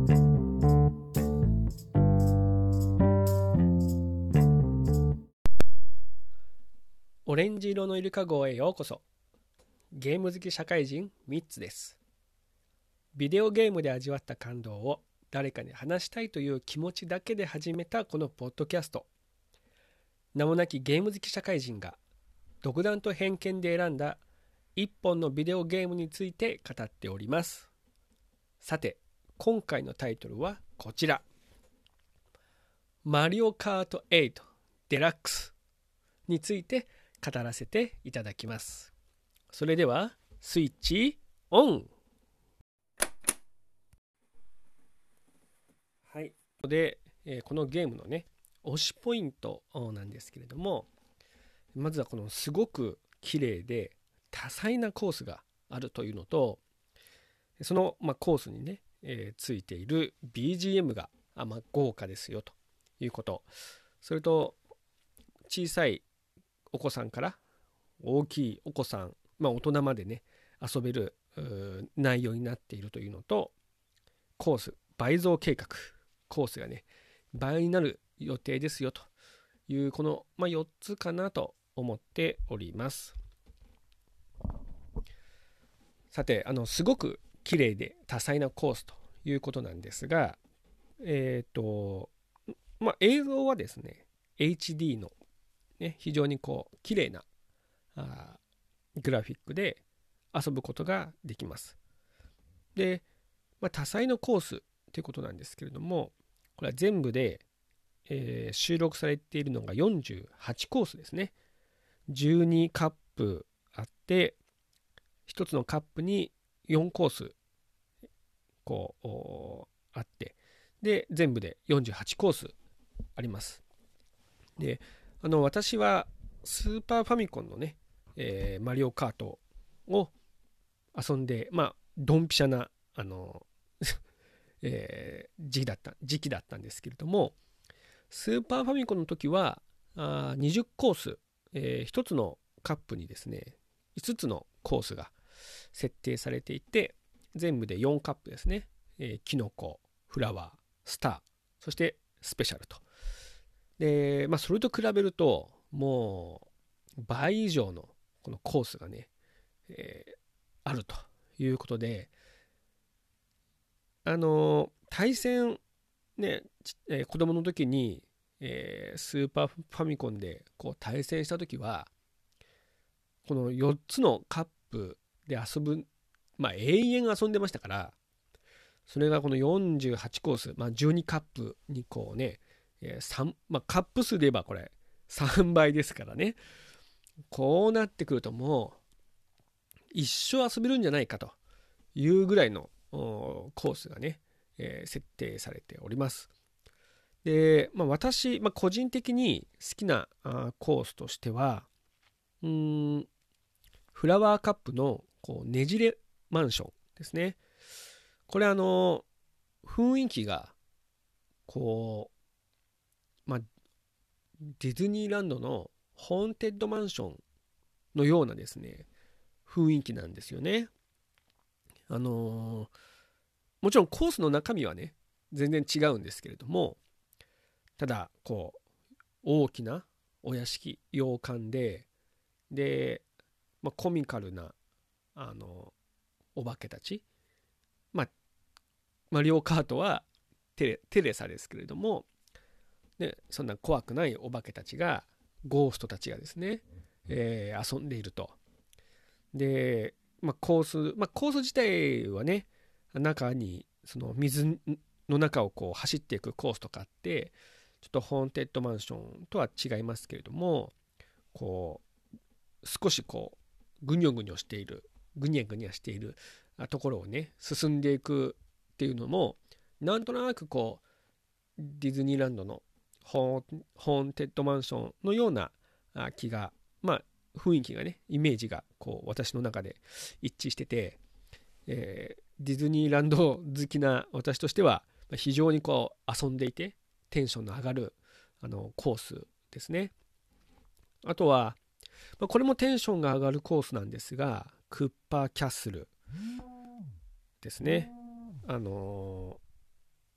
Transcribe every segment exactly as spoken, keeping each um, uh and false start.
オレンジ色のイルカ号へようこそ。ゲーム好き社会人ミッツです。ビデオゲームで味わった感動を誰かに話したいという気持ちだけで始めたこのポッドキャスト。名もなきゲーム好き社会人が独断と偏見で選んだ一本のビデオゲームについて語っております。さて、今回のタイトルはこちら。マリオカートエイトデラックスについて語らせていただきます。それではスイッチオン。はい。で、えー、このゲームのね、推しポイントなんですけれども、まずはこのすごく綺麗で多彩なコースがあるというのと、その、まあ、コースにね、えー、ついている ビージーエム があ、まあ、豪華ですよということ。それと小さいお子さんから大きいお子さん、まあ、大人までね遊べる内容になっているというのと、コース倍増計画、コースがね倍になる予定ですよというこの、まあ、よっつかなと思っております。さて、あのすごく綺麗で多彩なコースということなんですが、えっとまあ映像はですね エイチディー のね、非常にこう綺麗なあグラフィックで遊ぶことができます。で、まあ、多彩なコースということなんですけれども、これは全部で、えー、収録されているのがよんじゅうはちコースですね。じゅうにカップあって、ひとつのカップによんコースこうあって、で全部でよんじゅうはちコースあります。で、あの私はスーパーファミコンのね、えー、マリオカートを遊んで、まあドンピシャなあの、えー、時期だった時期だったんですけれども、スーパーファミコンの時はあにじゅっコース、えー、ひとつのカップにですねいつつのコースが設定されていて、全部でよんカップですね、えー、キノコ、フラワー、スター、そしてスペシャルと。で、まあ、それと比べるともう倍以上のこのコースがね、えー、あるということで、あの対戦ね、えー、子供の時に、えー、スーパーファミコンでこう対戦した時はこのよっつのカップで遊ぶ、まあ永遠遊んでましたから、それがこのよんじゅうはちコース、まあ、じゅうにカップにこうね、えーさんまあ、カップ数で言えばこれさんばいですからね。こうなってくるともう一生遊べるんじゃないかというぐらいのコースがね、えー、設定されております。で、まあ、私、まあ、個人的に好きなあコースとしてはうーんフラワーカップのこうねじれマンションですね。これあの雰囲気がこう、まあ、ディズニーランドのホーンテッドマンションのようなですね雰囲気なんですよね。あのー、もちろんコースの中身はね全然違うんですけれども、ただこう大きなお屋敷洋館でで、まあ、コミカルなあのお化けたち、まあマリオカートはテレ、テレサですけれども、ね、そんな怖くないお化けたちがゴーストたちがですね、えー、遊んでいると。で、まあ、コース、まあ、コース自体はね中にその水の中をこう走っていくコースとかあって、ちょっとホーンテッドマンションとは違いますけれども、こう少しこうぐにょぐにょしているぐにゃぐにゃしているところをね進んでいくっていうのもなんとなくこうディズニーランドのホーンテッドマンションのような気が、まあ雰囲気がねイメージがこう私の中で一致してて、えー、ディズニーランド好きな私としては非常にこう遊んでいてテンションの上がるあのコースですね。あとは、まあ、これもテンションが上がるコースなんですが、クッパーキャッスルですね。あの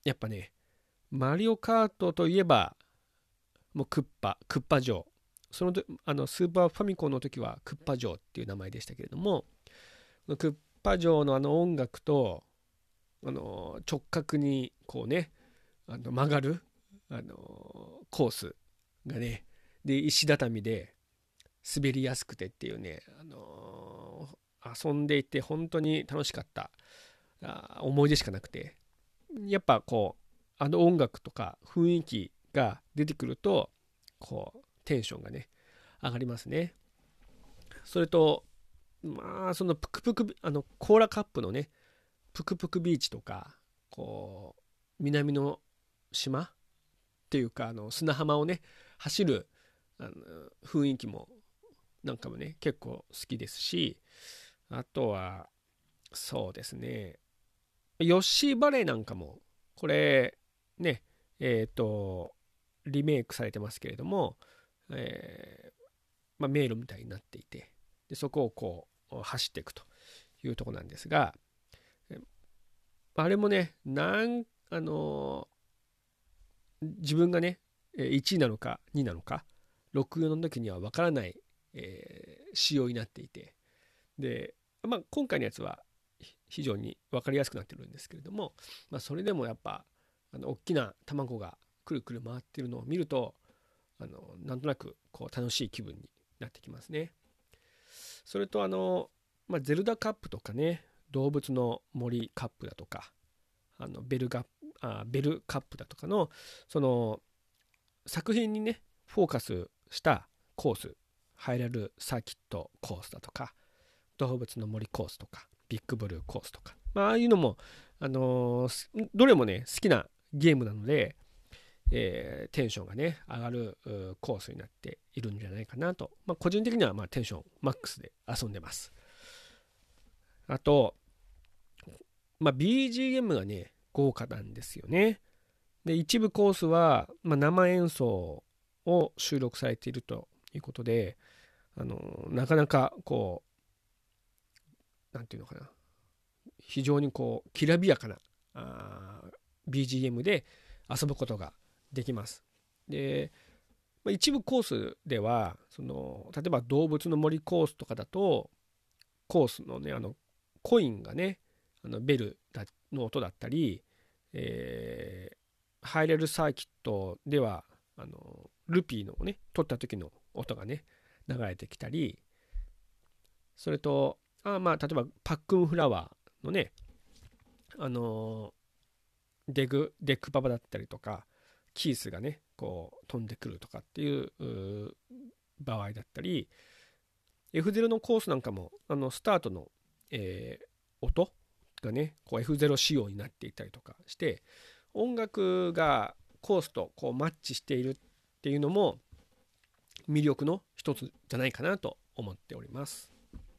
やっぱね、マリオカートといえば、もうクッパ、クッパ城。そのとあのスーパーファミコンの時はクッパ城っていう名前でしたけれども、クッパ城のあの音楽と、あの直角にこうね、あの曲がる、あのコースがね、で、石畳で滑りやすくてっていうね、あの遊んでいて本当に楽しかったあ思い出しかなくて、やっぱこう、あの音楽とか雰囲気が出てくると、こう、テンションがね、上がりますね。それと、まあ、そのプクプク、あの、コーラカップのね、プクプクビーチとか、こう、南の島っていうか、あの、砂浜をね、走るあの雰囲気も、なんかもね、結構好きですし、あとは、そうですね、ヨッシーバレーなんかも、これ、ね、えっ、と、リメイクされてますけれども、えーまあ、迷路みたいになっていて、でそこをこう走っていくというところなんですが、あれもね、なんあのー自分がね、いちいなのかにいなのか、ろくの時にはわからない、えー仕様になっていて、で、まあ、今回のやつは非常に分かりやすくなってるんですけれども、まあ、それでもやっぱあの大きな卵がくるくる回ってるのを見ると、あのなんとなくこう楽しい気分になってきますね。それとあの、まあ、ゼルダカップとかね、動物の森カップだとか、あのベルガあベルカップだとかのその作品にねフォーカスしたコース、ハイラルサーキットコースだとか、動物の森コースとか、ビッグブルーコースとか、まあ、ああいうのも、あのーどれもね好きなゲームなので、えーテンションがね上がるコースになっているんじゃないかなと、まあ、個人的にはまあテンションマックスで遊んでます。あと、まあ、ビージーエム がね豪華なんですよね。で、一部コースは、まあ、生演奏を収録されているということで、あのなかなかこうなんていうのかな、非常にこうきらびやかなあ ビージーエム で遊ぶことができます。で、まあ、一部コースではその例えば動物の森コースとかだと、コースのねあのコインがね、あのベルの音だったり、えー、ハイレルサーキットではあのルピーのね取った時の音がね流れてきたり、それとあまあ例えばパックンフラワーのね、あのデグデックパパだったりとか、キースがねこう飛んでくるとかっていう場合だったり、 エフゼロ のコースなんかもあのスタートの、えー音がねこう エフゼロ 仕様になっていたりとかして、音楽がコースとこうマッチしているっていうのも魅力の一つじゃないかなと思っております。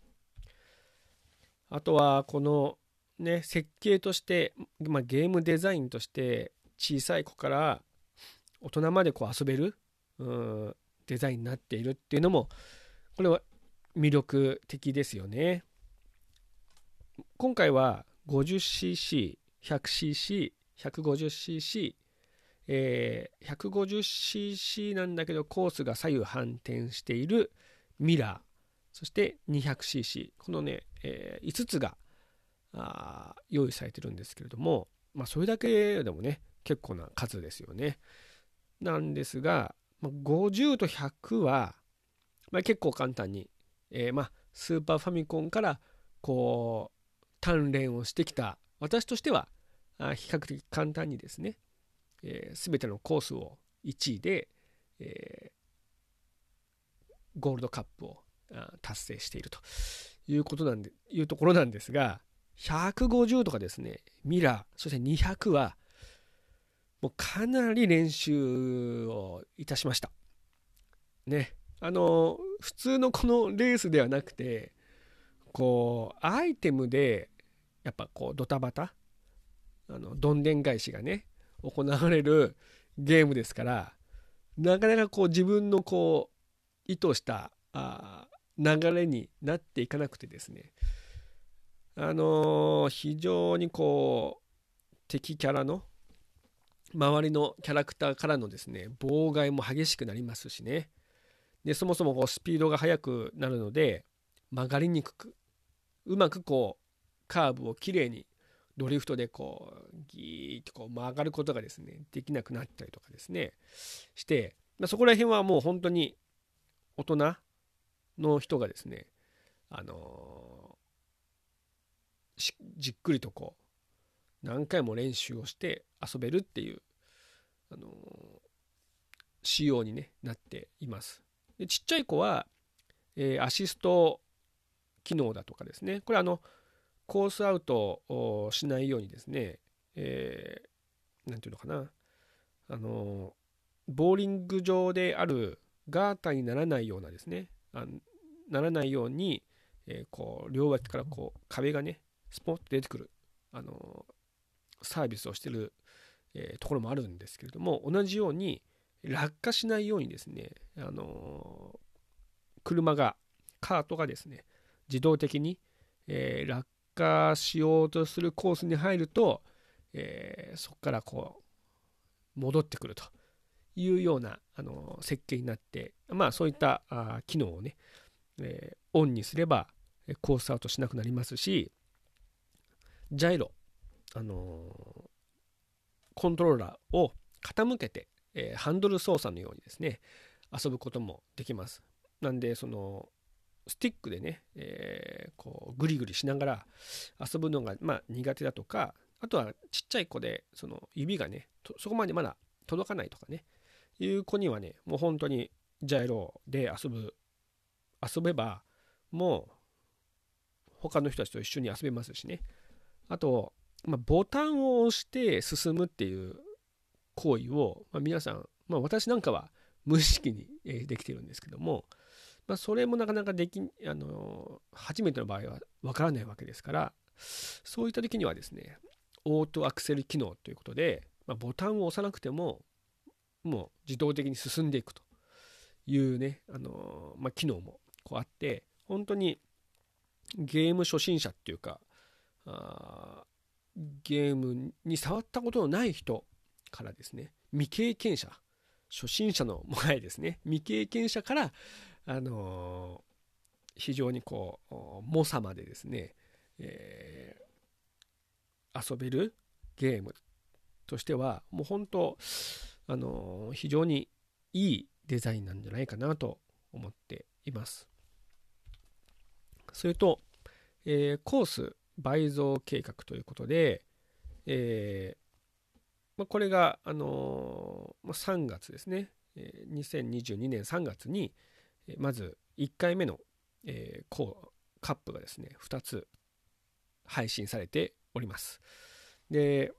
あとはこのね設計として、まあ、ゲームデザインとして小さい子から大人までこう遊べるうんデザインになっているっていうのも、これは魅力的ですよね。今回は ごじゅっシーシー、ひゃくシーシー、ひゃくごじゅっシーシー、えー、ひゃくごじゅっシーシー なんだけどコースが左右反転しているミラー、そして にひゃくシーシー、このね、えー、いつつがあ用意されてるんですけれども、まあ、それだけでもね結構な数ですよね。なんですが、まあ、ごじゅうとひゃくは、まあ、結構簡単に、えーまあ、スーパーファミコンからこう鍛錬をしてきた私としてはあ比較的簡単にですね、えー、全てのコースをいちいで、えーゴールドカップを達成しているということなんでいうところなんですが、ひゃくごじゅうとかですね、ミラー、そしてにひゃくはもうかなり練習をいたしましたね。あの普通のこのレースではなくて、こうアイテムでやっぱこうドタバタ、あのどんでん返しがね行われるゲームですから、なかなかこう自分のこう意図したあ流れになっていかなくてですね、あのー非常にこう敵キャラの周りのキャラクターからのですね妨害も激しくなりますしね。でそもそもこうスピードが速くなるので曲がりにくく、うまくこうカーブをきれいにドリフトでこうギーッとこう曲がることがですねできなくなったりとかですねして、まあ、そこら辺はもう本当に大人の人がですねあのーじっくりとこう何回も練習をして遊べるっていう、あのー仕様に、ね、なっています。でちっちゃい子は、えーアシスト機能だとかですね、これあのコースアウトをしないようにですね、えー、なんていうのかな、あのボーリング場であるガーターにならないようなですね、あならないように、えー、こう両脇からこう壁がねスポッと出てくる、あのサービスをしている、えー、ところもあるんですけれども、同じように落下しないようにですね、あの車がカートがですね自動的に、えー、落下しようとするコースに入ると、えー、そこからこう戻ってくるというようなあの設計になって、まあそういったあ機能をね、えー、オンにすればコースアウトしなくなりますし、ジャイロ、あのーコントローラーを傾けて、えーハンドル操作のようにですね遊ぶこともできます。なんでそのスティックでね、えーこうグリグリしながら遊ぶのが、まあ、苦手だとか、あとはちっちゃい子でその指がねそこまでまだ届かないとかねいう子にはね、もう本当にジャイロで遊ぶ遊べばもう他の人たちと一緒に遊べますしね。あと、まあ、ボタンを押して進むっていう行為を、まあ、皆さん、まあ、私なんかは無意識にできてるんですけども、まあ、それもなかなかできあの初めての場合はわからないわけですから、そういった時にはですねオートアクセル機能ということで、まあ、ボタンを押さなくてももう自動的に進んでいくというね、あのまあ、機能もこうあって、本当にゲーム初心者っていうか、あゲームに触ったことのない人からですね、未経験者、初心者の前ですね、未経験者から、あのー非常にこう猛者までですね、えー遊べるゲームとしてはもう本当、あのー非常にいいデザインなんじゃないかなと思っています。それと、えーコース倍増計画ということで、えーまあ、これが、あのーさんがつですね、えーにせんにじゅうにねんさんがつに、えーまずいっかいめの、えー、こうカップがですねふたつ配信されております。で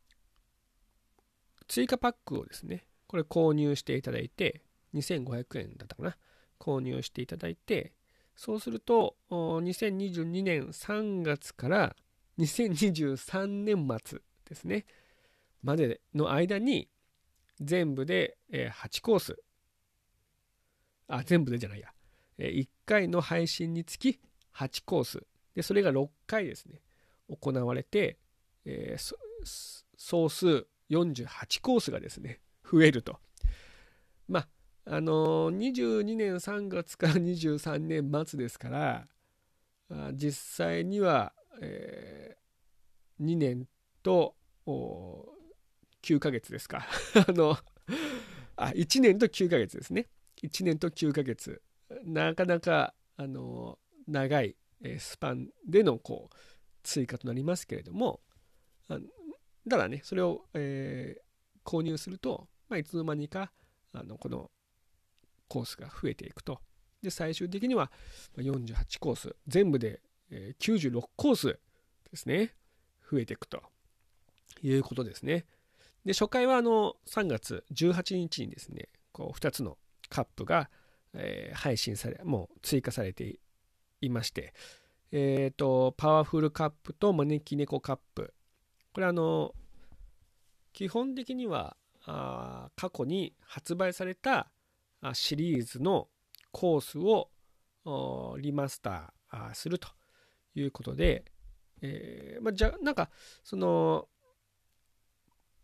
追加パックをですねこれ購入していただいてにせんごひゃくえんだったかな、購入していただいて、そうするとにせんにじゅうにねんさんがつからにせんにじゅうさんねん末ですねまでの間に全部ではちコース、あ全部でじゃないや、いっかいの配信につきはちコースで、それがろっかいですね行われて、えー、総数よんじゅうはちコースがですね増えると。まああのー、にじゅうにねんさんがつからにじゅうさんねん末ですから、実際には、えー、にねんときゅうかげつですかあのあいちねんときゅうかげつですね。いちねんときゅうかげつ、なかなかあの長いスパンでのこう追加となりますけれども、ただねそれを、えー、購入すると、まあ、いつの間にかあのこのコースが増えていくと。で最終的にはよんじゅうはちコース全部できゅうじゅうろくコースですね増えていくということですね。で初回はあのさんがつじゅうはちにちにですねこうふたつのカップが、えー、配信されもう追加されていまして、えーとパワフルカップと招き猫カップ、これあの基本的にはあ過去に発売されたシリーズのコースをリマスターするということで、えーまあ、じゃなんかその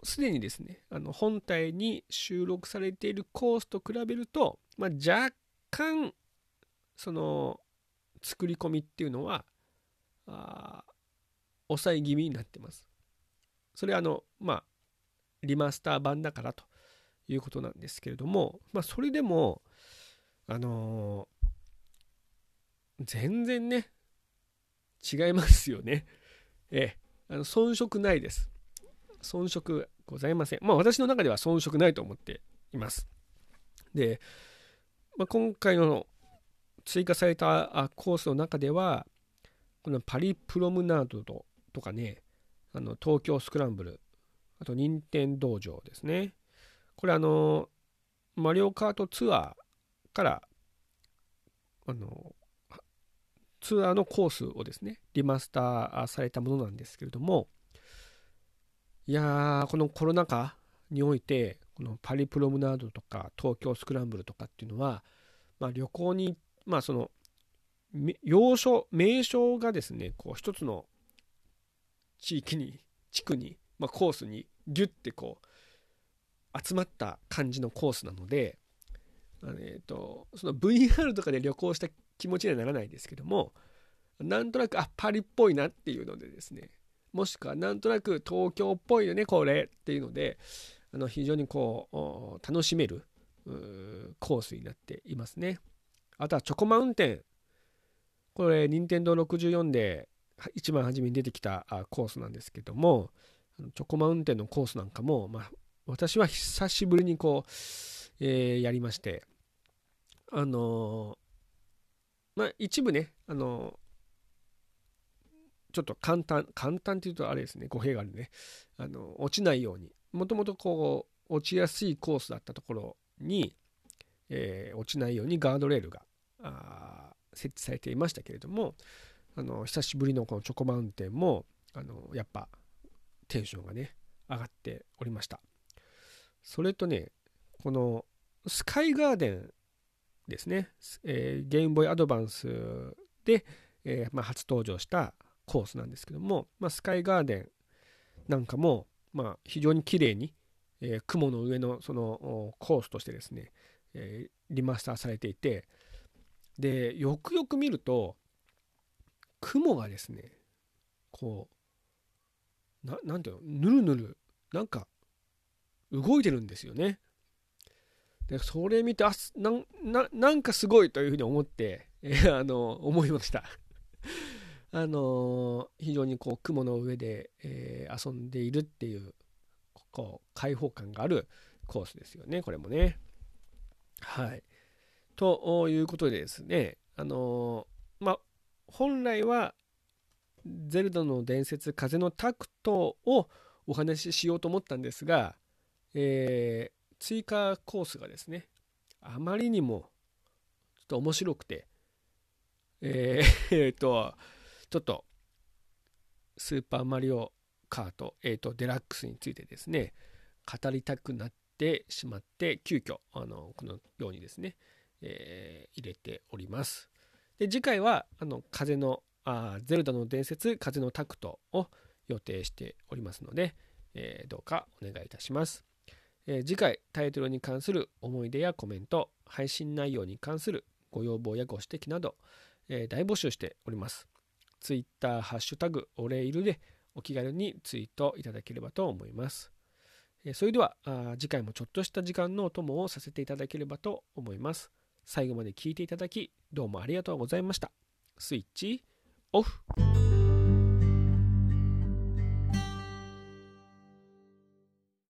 すでにですね、あの本体に収録されているコースと比べると、まあ、若干その作り込みっていうのはあ抑え気味になってます。それはあのまあリマスター版だからということなんですけれども、まあ、それでもあのー全然ね違いますよね。ええ、あの遜色ないです。遜色ございません。まあ私の中では遜色ないと思っています。で、まあ、今回の追加されたコースの中では、このパリプロムナードとかね、あの東京スクランブル、あと任天堂城ですね。これあの、マリオカートツアーからあのツアーのコースをですねリマスターされたものなんですけれども、いやーこのコロナ禍においてこのパリプロムナードとか東京スクランブルとかっていうのは、まあ、旅行にまあその要所名所がですねこう一つの地域に地区に、まあ、コースにギュッてこう集まった感じのコースなので、えーと、その ブイアール とかで旅行した気持ちにはならないですけども、なんとなくあパリっぽいなっていうのでですね、もしくはなんとなく東京っぽいよねこれっていうので、あの非常にこう楽しめるコースになっていますね。あとはチョコマウンテン、これ任天堂ろくじゅうよんで一番初めに出てきたコースなんですけども、チョコマウンテンのコースなんかも、まあ、私は久しぶりにこう、えー、やりまして、あのー、まあ一部ね、あのー、ちょっと簡単簡単っていうとあれですね、語弊があるね、あの落ちないように、もともとこう落ちやすいコースだったところに、えー、落ちないようにガードレールが設置されていましたけれども、あの久しぶりのこのチョコマウンテンもあのやっぱテンションがね上がっておりました。それとね、このスカイガーデンですね、えー、ゲームボーイアドバンスで、えーまあ、初登場したコースなんですけども、まあ、スカイガーデンなんかも、まあ、非常に綺麗に、えー、雲の上のそのコースとしてですね、えー、リマスターされていて、でよくよく見ると雲がですねこう な, なんていうのぬるぬるなんか動いてるんですよね。でそれ見てあ な, な, なんかすごいというふうに思って、えー、あの思いましたあのー、非常にこう雲の上で、えー、遊んでいるっていうこう開放感があるコースですよね、これもね。はい。ということでですね、あのー、まあ本来はゼルダの伝説風のタクトをお話ししようと思ったんですが、えー、追加コースがですねあまりにもちょっと面白くて、えー、えーとちょっとスーパーマリオカートエイトデラックスについてですね語りたくなってしまって、急遽あのこのようにですね、えー、入れております。で次回はあの風のあゼルダの伝説風のタクトを予定しておりますので、えー、どうかお願いいたします。えー、次回タイトルに関する思い出やコメント、配信内容に関するご要望やご指摘など、えー、大募集しております。ツイッターハッシュタグお礼いるでお気軽にツイートいただければと思います。えー、それではあ次回もちょっとした時間のお供をさせていただければと思います。最後まで聞いていただきどうもありがとうございました。スイッチオフ。